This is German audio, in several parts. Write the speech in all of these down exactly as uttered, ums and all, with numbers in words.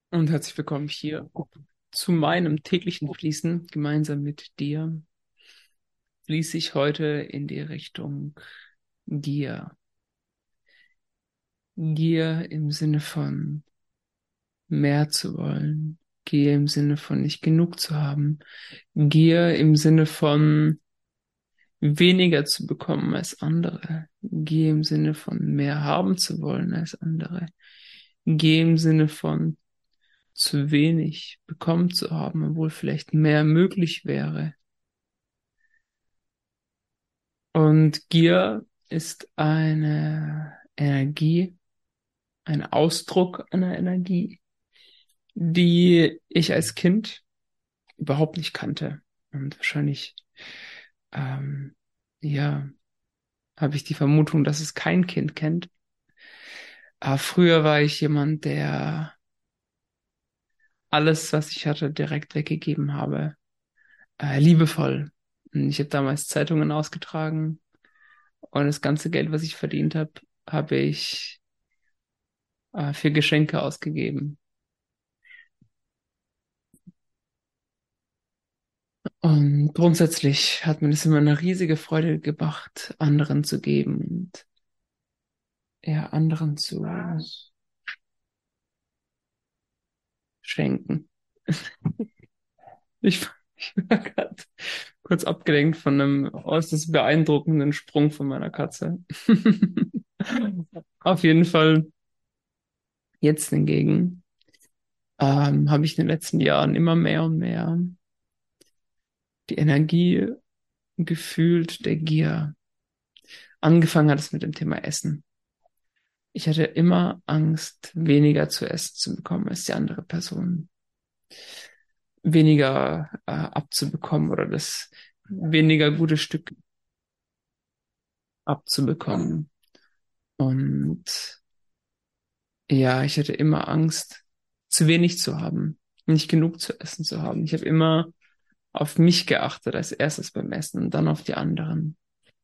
Und herzlich willkommen hier zu meinem täglichen Fließen. Gemeinsam mit dir fließe ich heute in die Richtung Gier. Gier im Sinne von mehr zu wollen. Gier im Sinne von nicht genug zu haben. Gier im Sinne von weniger zu bekommen als andere. Gier im Sinne von mehr haben zu wollen als andere. Gier im Sinne von zu wenig bekommen zu haben, obwohl vielleicht mehr möglich wäre. Und Gier ist eine Energie, ein Ausdruck einer Energie, die ich als Kind überhaupt nicht kannte. Und wahrscheinlich, ähm, ja, habe ich die Vermutung, dass es kein Kind kennt. Aber früher war ich jemand, der alles, was ich hatte, direkt weggegeben habe. Äh, liebevoll. Und ich habe damals Zeitungen ausgetragen und das ganze Geld, was ich verdient habe, habe ich äh, für Geschenke ausgegeben. Und grundsätzlich hat mir das immer eine riesige Freude gemacht, anderen zu geben und ja, anderen zu schenken. Ich, ich war gerade kurz abgelenkt von einem äußerst beeindruckenden Sprung von meiner Katze. Auf jeden Fall jetzt hingegen ähm, habe ich in den letzten Jahren immer mehr und mehr die Energie gefühlt der Gier. Angefangen hat es mit dem Thema Essen. Ich hatte immer Angst, weniger zu essen zu bekommen als die andere Person. Weniger äh, abzubekommen oder das weniger gute Stück abzubekommen. Und ja, ich hatte immer Angst, zu wenig zu haben, nicht genug zu essen zu haben. Ich habe immer auf mich geachtet als erstes beim Essen und dann auf die anderen.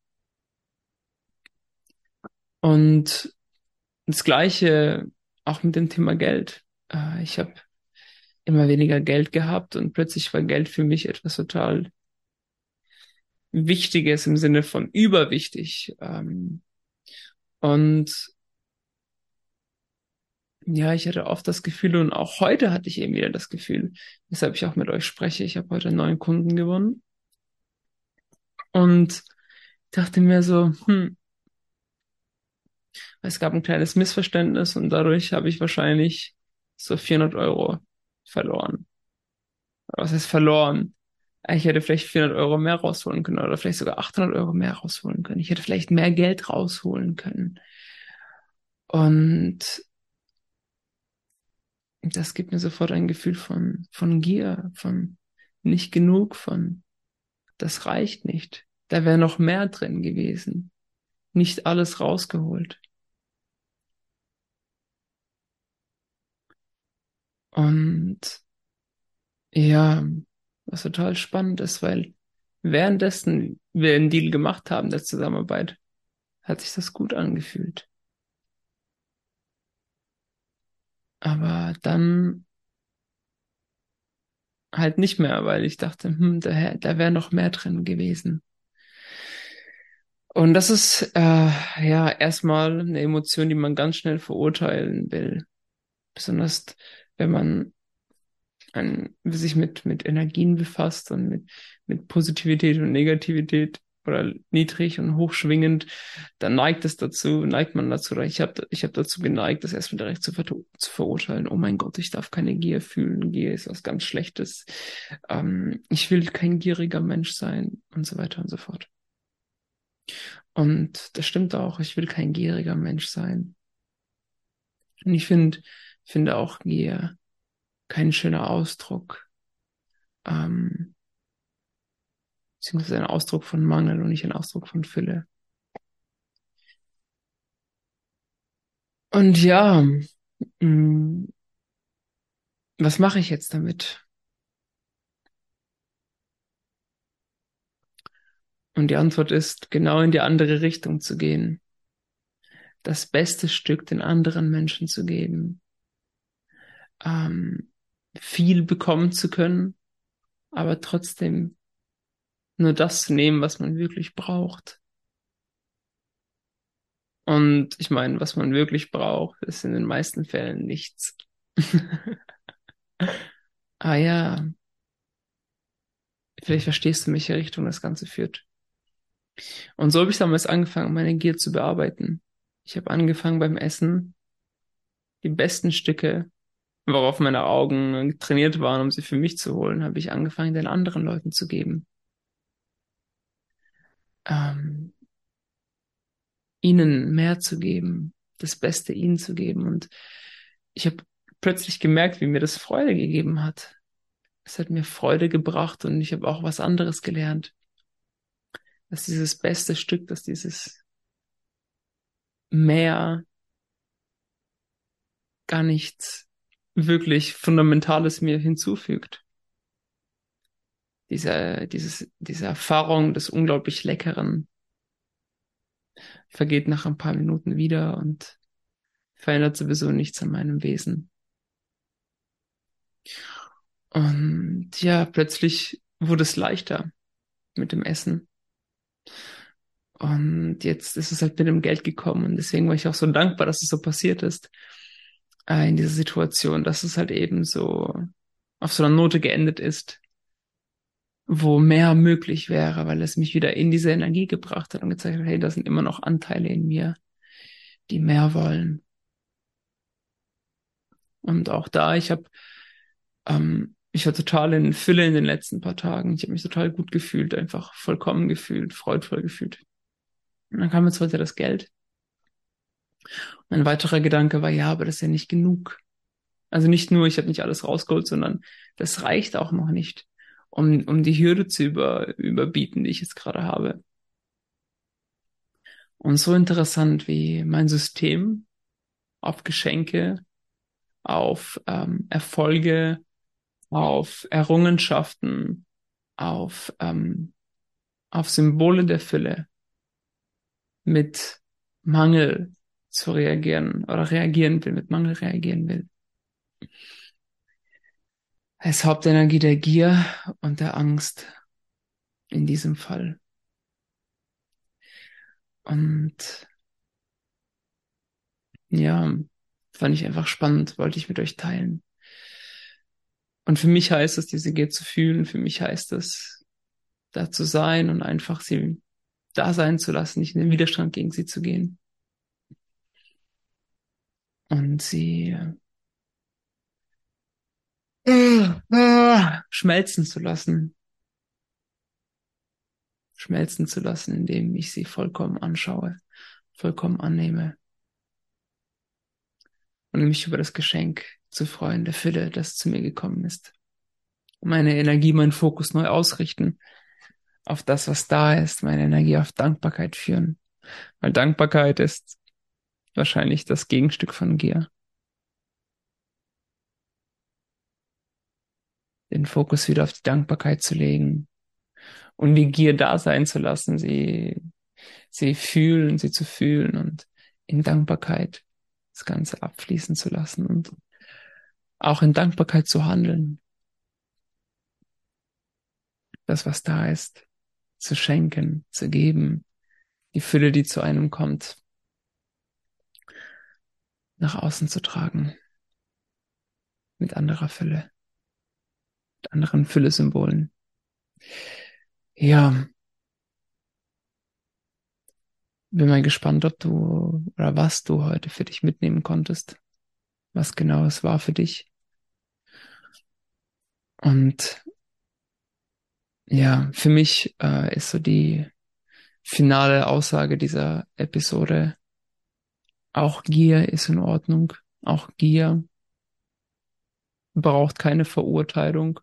Und das Gleiche auch mit dem Thema Geld. Äh, ich habe immer weniger Geld gehabt und plötzlich war Geld für mich etwas total Wichtiges im Sinne von überwichtig. Ähm, und ja, ich hatte oft das Gefühl und auch heute hatte ich eben wieder das Gefühl, weshalb ich auch mit euch spreche. Ich habe heute einen neuen Kunden gewonnen und dachte mir so, hm, es gab ein kleines Missverständnis und dadurch habe ich wahrscheinlich so vierhundert Euro verloren. Was heißt verloren? Ich hätte vielleicht vierhundert Euro mehr rausholen können oder vielleicht sogar achthundert Euro mehr rausholen können. Ich hätte vielleicht mehr Geld rausholen können. Und das gibt mir sofort ein Gefühl von, von Gier, von nicht genug, von das reicht nicht. Da wäre noch mehr drin gewesen. Nicht alles rausgeholt. Und ja, was total spannend ist, weil währenddessen wir einen Deal gemacht haben, der Zusammenarbeit, hat sich das gut angefühlt. Aber dann halt nicht mehr, weil ich dachte, hm, da, hä- da wäre noch mehr drin gewesen. Und das ist äh, ja erstmal eine Emotion, die man ganz schnell verurteilen will. Besonders wenn man ein, sich mit, mit Energien befasst und mit, mit Positivität und Negativität oder niedrig und hochschwingend, dann neigt es dazu, neigt man dazu, oder ich habe ich hab dazu geneigt, das erstmal direkt zu, ver zu verurteilen. Oh mein Gott, ich darf keine Gier fühlen. Gier ist was ganz Schlechtes. Ähm, ich will kein gieriger Mensch sein und so weiter und so fort. Und das stimmt auch, ich will kein gieriger Mensch sein. Und ich finde, finde auch Gier kein schöner Ausdruck. Ähm, beziehungsweise ein Ausdruck von Mangel und nicht ein Ausdruck von Fülle. Und ja, mh, was mache ich jetzt damit? Und die Antwort ist, genau in die andere Richtung zu gehen, das beste Stück den anderen Menschen zu geben, ähm, viel bekommen zu können, aber trotzdem nur das zu nehmen, was man wirklich braucht. Und ich meine, was man wirklich braucht, ist in den meisten Fällen nichts. Ah ja, vielleicht verstehst du, in welche Richtung das Ganze führt. Und so habe ich damals angefangen, meine Gier zu bearbeiten. Ich habe angefangen beim Essen, die besten Stücke, worauf meine Augen trainiert waren, um sie für mich zu holen, habe ich angefangen, den anderen Leuten zu geben. Ähm, ihnen mehr zu geben, das Beste ihnen zu geben. Und ich habe plötzlich gemerkt, wie mir das Freude gegeben hat. Es hat mir Freude gebracht und ich habe auch was anderes gelernt, dass dieses beste Stück, dass dieses Mehr gar nichts wirklich Fundamentales mir hinzufügt. Diese, dieses, diese Erfahrung des unglaublich Leckeren vergeht nach ein paar Minuten wieder und verändert sowieso nichts an meinem Wesen. Und ja, plötzlich wurde es leichter mit dem Essen. Und jetzt ist es halt mit dem Geld gekommen. Und deswegen war ich auch so dankbar, dass es so passiert ist, äh, in dieser Situation, dass es halt eben so auf so einer Note geendet ist, wo mehr möglich wäre, weil es mich wieder in diese Energie gebracht hat und gezeigt hat, hey, da sind immer noch Anteile in mir, die mehr wollen. Und auch da, ich habe, ähm, ich war total in Fülle in den letzten paar Tagen. Ich habe mich total gut gefühlt, einfach vollkommen gefühlt, freudvoll gefühlt. Und dann kam jetzt heute das Geld. Und ein weiterer Gedanke war, ja, aber das ist ja nicht genug. Also nicht nur, ich habe nicht alles rausgeholt, sondern das reicht auch noch nicht, um, um die Hürde zu über, überbieten, die ich jetzt gerade habe. Und so interessant, wie mein System auf Geschenke, auf ähm, Erfolge, auf Errungenschaften, auf, ähm, auf Symbole der Fülle mit Mangel zu reagieren oder reagieren will, mit Mangel reagieren will. Es ist Hauptenergie der Gier und der Angst in diesem Fall. Und ja, fand ich einfach spannend, wollte ich mit euch teilen. Und für mich heißt es, diese Gier zu fühlen, für mich heißt es, da zu sein und einfach sie da sein zu lassen, nicht in den Widerstand gegen sie zu gehen. Und sie äh, äh, schmelzen zu lassen. Schmelzen zu lassen, indem ich sie vollkommen anschaue, vollkommen annehme. Und mich über das Geschenk zu freuen, der Fülle, das zu mir gekommen ist. Meine Energie, meinen Fokus neu ausrichten auf das, was da ist, meine Energie auf Dankbarkeit führen. Weil Dankbarkeit ist wahrscheinlich das Gegenstück von Gier. Den Fokus wieder auf die Dankbarkeit zu legen und die Gier da sein zu lassen, sie, sie fühlen, sie zu fühlen und in Dankbarkeit das Ganze abfließen zu lassen und auch in Dankbarkeit zu handeln. Das, was da ist, zu schenken, zu geben, die Fülle, die zu einem kommt, nach außen zu tragen, mit anderer Fülle, mit anderen Fülle-Symbolen. Ja, bin mal gespannt, ob du oder was du heute für dich mitnehmen konntest, was genau es war für dich. Und ja, für mich äh, ist so die finale Aussage dieser Episode, auch Gier ist in Ordnung, auch Gier braucht keine Verurteilung,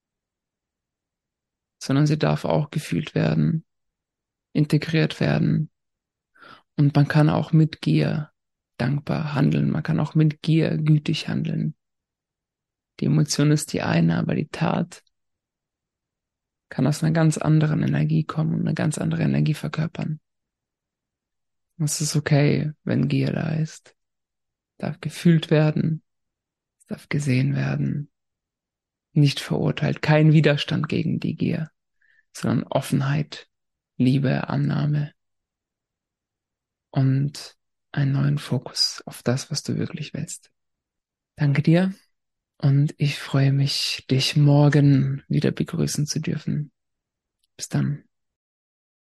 sondern sie darf auch gefühlt werden, integriert werden. Und man kann auch mit Gier dankbar handeln, man kann auch mit Gier gütig handeln. Die Emotion ist die eine, aber die Tat kann aus einer ganz anderen Energie kommen und eine ganz andere Energie verkörpern. Es ist okay, wenn Gier da ist. Darf gefühlt werden, es darf gesehen werden, nicht verurteilt, kein Widerstand gegen die Gier, sondern Offenheit, Liebe, Annahme und einen neuen Fokus auf das, was du wirklich willst. Danke dir und ich freue mich, dich morgen wieder begrüßen zu dürfen. Bis dann.